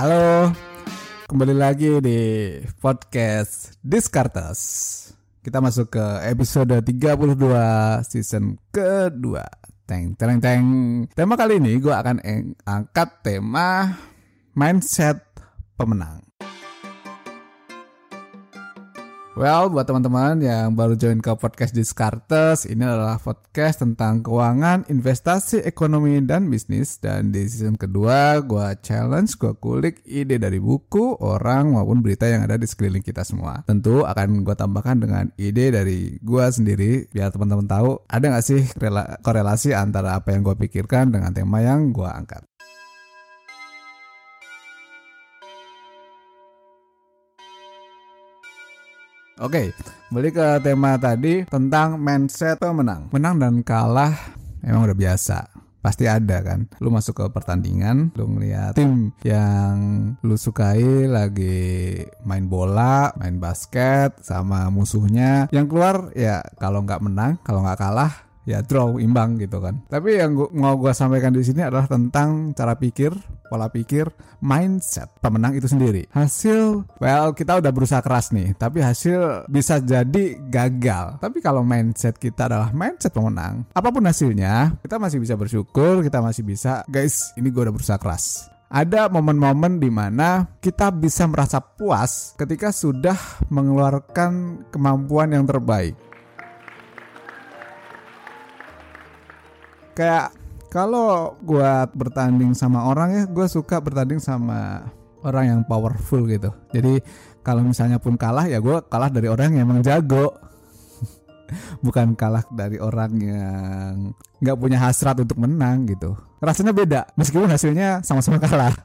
Halo, kembali lagi di podcast Descartes. Kita masuk ke episode 32 season kedua. Teng. Tema kali ini gue akan angkat tema mindset pemenang. Well, buat teman-teman yang baru join ke podcast Descartes, ini adalah podcast tentang keuangan, investasi, ekonomi, dan bisnis. Dan di season kedua, gue challenge, gue kulik ide dari buku, orang, maupun berita yang ada di sekeliling kita semua. Tentu akan gue tambahkan dengan ide dari gue sendiri, biar teman-teman tahu ada gak sih korelasi antara apa yang gue pikirkan dengan tema yang gue angkat. Oke, balik ke tema tadi tentang mindset pemenang. Menang dan kalah emang udah biasa. Pasti ada kan. Lu masuk ke pertandingan, lu ngeliat tim yang lu sukai lagi main bola, main basket sama musuhnya. Yang keluar ya kalau nggak menang, kalau nggak kalah ya draw, imbang gitu kan. Tapi yang mau gue sampaikan di sini adalah tentang cara pikir, pola pikir, mindset pemenang itu sendiri. Hasil, well kita udah berusaha keras nih, tapi hasil bisa jadi gagal. Tapi kalau mindset kita adalah mindset pemenang, apapun hasilnya, kita masih bisa bersyukur, kita masih bisa, guys, ini gue udah berusaha keras. Ada momen-momen di mana kita bisa merasa puas ketika sudah mengeluarkan kemampuan yang terbaik. Kayak kalau gue bertanding sama orang ya, gue suka bertanding sama orang yang powerful gitu. Jadi kalau misalnya pun kalah ya gue kalah dari orang yang emang jago. Bukan kalah dari orang yang gak punya hasrat untuk menang gitu. Rasanya beda meskipun hasilnya sama-sama kalah.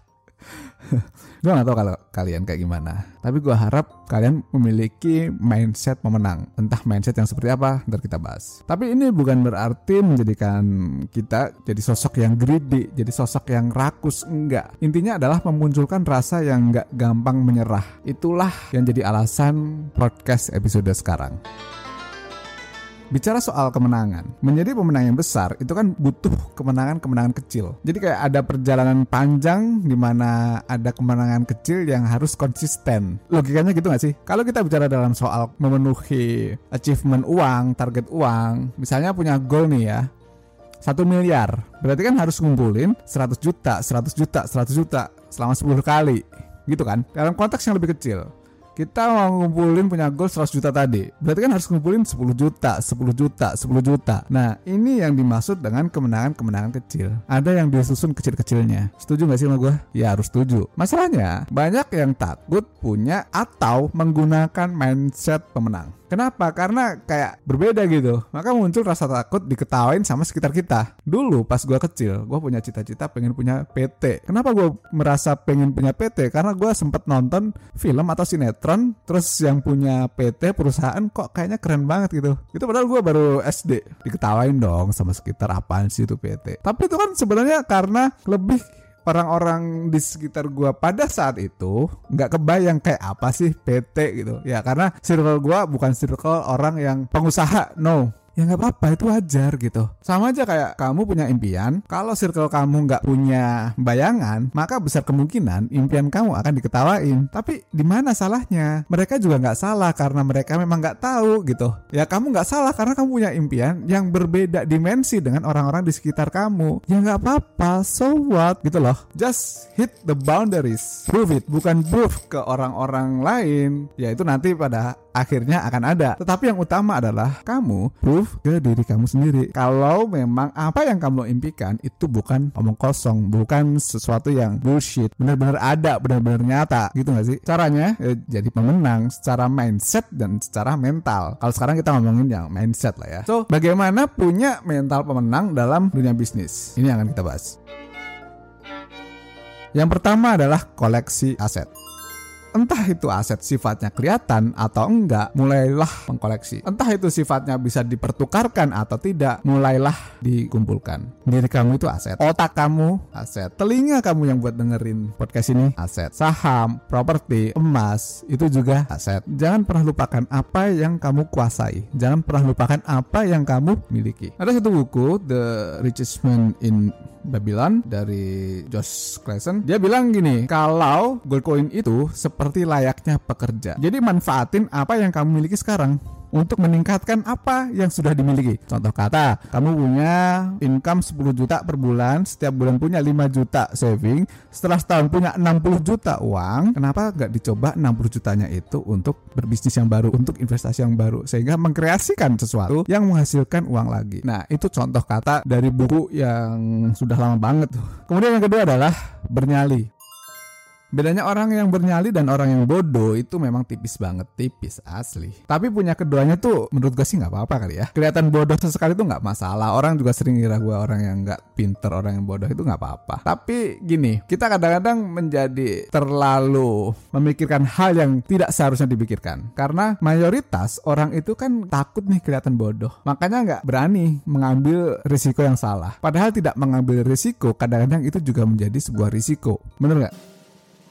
Gue gak tahu kalau kalian kayak gimana, tapi gue harap kalian memiliki mindset pemenang. Entah mindset yang seperti apa, ntar kita bahas. Tapi ini bukan berarti menjadikan kita jadi sosok yang greedy, jadi sosok yang rakus, enggak. Intinya adalah memunculkan rasa yang gak gampang menyerah. Itulah yang jadi alasan podcast episode sekarang. Bicara soal kemenangan, menjadi pemenang yang besar itu kan butuh kemenangan-kemenangan kecil. Jadi kayak ada perjalanan panjang di mana ada kemenangan kecil yang harus konsisten. Logikanya gitu gak sih? Kalau kita bicara dalam soal memenuhi achievement uang, target uang, misalnya punya goal nih ya, 1 miliar. Berarti kan harus ngumpulin 100 juta selama 10 kali. Gitu kan? Dalam konteks yang lebih kecil. Kita mau ngumpulin punya goal 100 juta tadi. Berarti kan harus ngumpulin 10 juta. Nah, ini yang dimaksud dengan kemenangan-kemenangan kecil. Ada yang disusun kecil-kecilnya. Setuju gak sih sama gue? Ya harus setuju. Masalahnya, banyak yang takut punya atau menggunakan mindset pemenang. Kenapa? Karena kayak berbeda gitu. Maka muncul rasa takut diketawain sama sekitar kita. Dulu pas gue kecil, gue punya cita-cita pengen punya PT. Kenapa gue merasa pengen punya PT? Karena gue sempet nonton film atau sinetron, terus yang punya PT perusahaan kok kayaknya keren banget gitu. Itu padahal gue baru SD. Diketawain dong sama sekitar, apaan sih itu PT. Tapi itu kan sebenarnya karena lebih orang-orang di sekitar gue pada saat itu nggak kebayang kayak apa sih PT gitu ya, karena circle gue bukan circle orang yang pengusaha. No, ya nggak apa-apa, itu wajar gitu. Sama aja kayak kamu punya impian, kalau circle kamu nggak punya bayangan, maka besar kemungkinan impian kamu akan diketawain. Tapi di mana salahnya? Mereka juga nggak salah karena mereka memang nggak tahu gitu. Ya kamu nggak salah karena kamu punya impian yang berbeda dimensi dengan orang-orang di sekitar kamu. Ya nggak apa-apa, so what gitu loh. Just hit the boundaries, prove it, bukan prove ke orang-orang lain. Ya itu nanti pada akhirnya akan ada. Tetapi yang utama adalah kamu prove ke diri kamu sendiri. Kalau memang apa yang kamu impikan itu bukan omong kosong, bukan sesuatu yang bullshit, benar-benar ada, benar-benar nyata, gitu gak sih? Caranya jadi pemenang secara mindset dan secara mental. Kalau sekarang kita ngomongin yang mindset lah ya. So, bagaimana punya mental pemenang dalam dunia bisnis? Ini yang akan kita bahas. Yang pertama adalah koleksi aset. Entah itu aset sifatnya kelihatan atau enggak, mulailah mengkoleksi. Entah itu sifatnya bisa dipertukarkan atau tidak, mulailah dikumpulkan. Diri kamu itu aset, otak kamu aset, telinga kamu yang buat dengerin podcast ini aset, saham, properti, emas itu juga aset. Jangan pernah lupakan apa yang kamu kuasai, jangan pernah lupakan apa yang kamu miliki. Ada satu buku, The Richest Man in Babylon dari Josh Clason. Dia bilang gini, kalau gold coin itu seperti layaknya pekerja. Jadi manfaatin apa yang kamu miliki sekarang untuk meningkatkan apa yang sudah dimiliki. Contoh kata, kamu punya income 10 juta per bulan, setiap bulan punya 5 juta saving, setelah setahun punya 60 juta uang, kenapa nggak dicoba 60 jutanya itu untuk berbisnis yang baru, untuk investasi yang baru, sehingga mengkreasikan sesuatu yang menghasilkan uang lagi. Nah, itu contoh kata dari buku yang sudah lama banget. Kemudian yang kedua adalah bernyali. Bedanya orang yang bernyali dan orang yang bodoh itu memang tipis banget, tipis asli. Tapi punya keduanya tuh menurut gue sih nggak apa-apa kali ya. Kelihatan bodoh sesekali tuh nggak masalah. Orang juga sering kira gue orang yang nggak pinter, orang yang bodoh itu nggak apa-apa. Tapi gini, kita kadang-kadang menjadi terlalu memikirkan hal yang tidak seharusnya dipikirkan. Karena mayoritas orang itu kan takut nih kelihatan bodoh, makanya nggak berani mengambil risiko yang salah. Padahal tidak mengambil risiko kadang-kadang itu juga menjadi sebuah risiko. Bener nggak?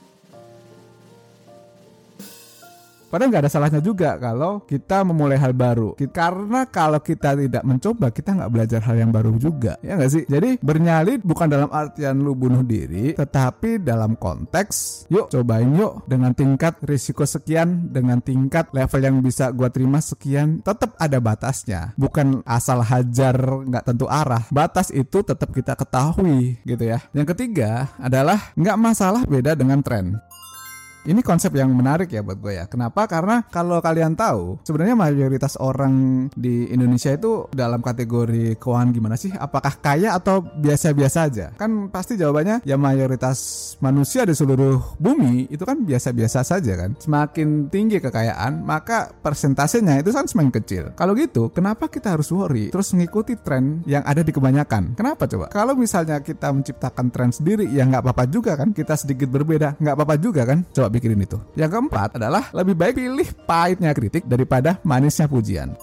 Padahal nggak ada salahnya juga kalau kita memulai hal baru. Karena kalau kita tidak mencoba, kita nggak belajar hal yang baru juga. Ya nggak sih? Jadi bernyali bukan dalam artian lu bunuh diri, tetapi dalam konteks, yuk cobain yuk dengan tingkat risiko sekian, dengan tingkat level yang bisa gua terima sekian. Tetap ada batasnya. Bukan asal hajar nggak tentu arah. Batas itu tetap kita ketahui gitu ya. Yang ketiga adalah nggak masalah beda dengan tren. Ini konsep yang menarik ya buat gue ya. Kenapa? Karena kalau kalian tahu, sebenarnya mayoritas orang di Indonesia itu dalam kategori keuangan gimana sih? Apakah kaya atau biasa-biasa aja? Kan pasti jawabannya ya mayoritas manusia di seluruh bumi itu kan biasa-biasa saja kan. Semakin tinggi kekayaan, maka persentasenya itu kan semakin kecil. Kalau gitu, kenapa kita harus worry? Terus mengikuti tren yang ada di kebanyakan? Kenapa coba? Kalau misalnya kita menciptakan tren sendiri, ya nggak apa-apa juga kan? Kita sedikit berbeda, nggak apa-apa juga kan? Coba pikirin itu. Yang keempat adalah lebih baik pilih pahitnya kritik daripada manisnya pujian.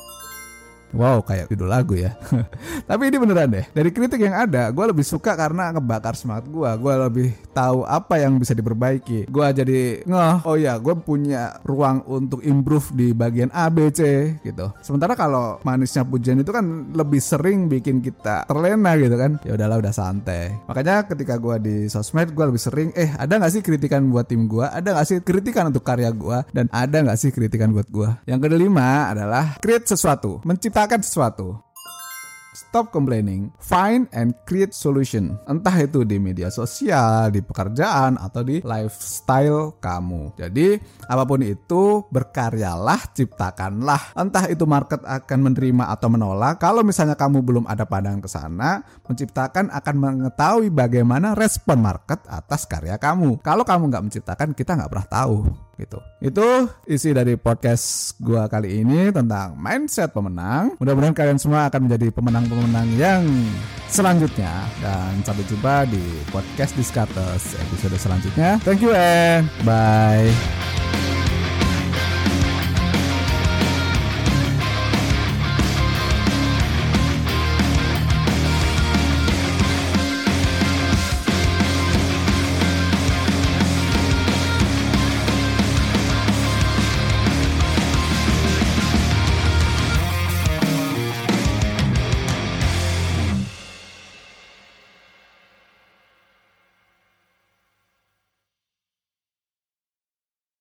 Wow, kayak judul lagu ya. Tapi ini beneran deh. Dari kritik yang ada, gue lebih suka karena ngebakar semangat gue. Gue lebih tahu apa yang bisa diperbaiki. Gue jadi oh ya, gue punya ruang untuk improve di bagian A, B, C gitu. Sementara kalau manisnya pujian itu kan lebih sering bikin kita terlena gitu kan. Ya udahlah, udah santai. Makanya ketika gue di sosmed, gue lebih sering ada nggak sih kritikan buat tim gue? Ada nggak sih kritikan untuk karya gue? Dan ada nggak sih kritikan buat gue? Yang kelima adalah create sesuatu, menciptakan sesuatu. Stop complaining, find and create solution. Entah itu di media sosial, di pekerjaan, atau di lifestyle kamu. Jadi, apapun itu, berkaryalah, ciptakanlah. Entah itu market akan menerima atau menolak. Kalau misalnya kamu belum ada pandangan ke sana, menciptakan akan mengetahui bagaimana respon market atas karya kamu. Kalau kamu nggak menciptakan, kita nggak pernah tahu. Gitu. Itu isi dari podcast gua kali ini tentang mindset pemenang. Mudah-mudahan kalian semua akan menjadi pemenang-pemenang yang selanjutnya, dan sampai jumpa di podcast Discutters episode selanjutnya. Thank you and bye.